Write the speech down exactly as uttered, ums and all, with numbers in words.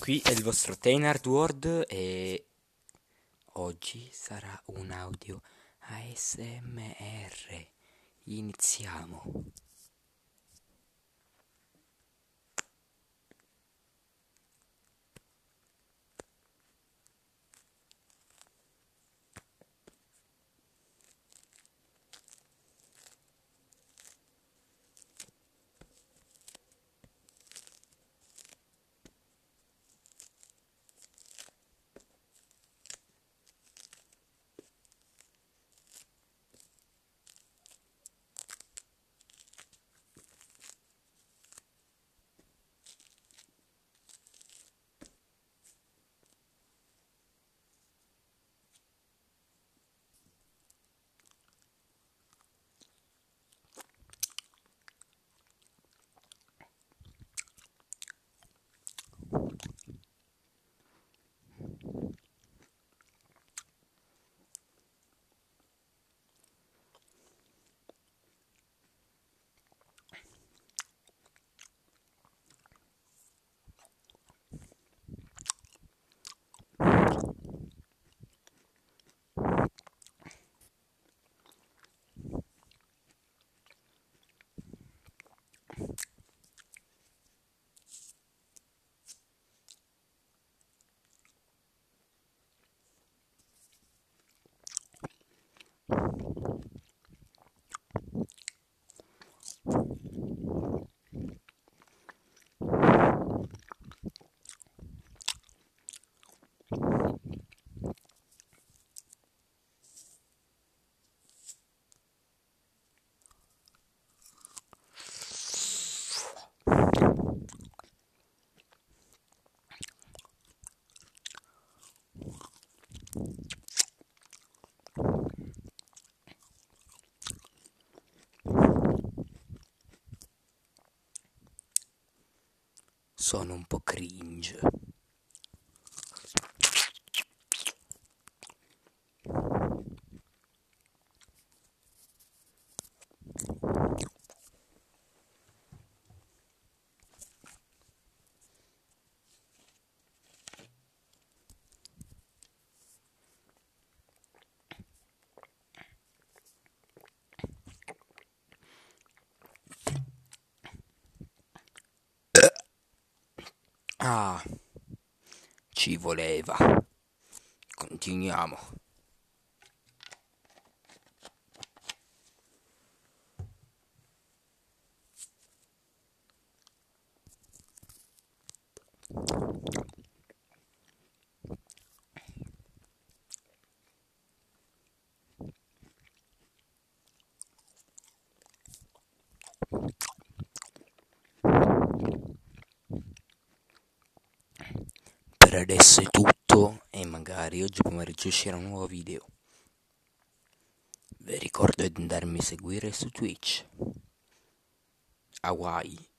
Qui è il vostro Tainard World e oggi sarà un audio A S M R. Iniziamo. Sono un po' cringe. Ah, ci voleva. Continuiamo. Per adesso è tutto e magari oggi pomeriggio uscirà un nuovo video. Vi ricordo di andarmi a seguire su Twitch. Hawaii.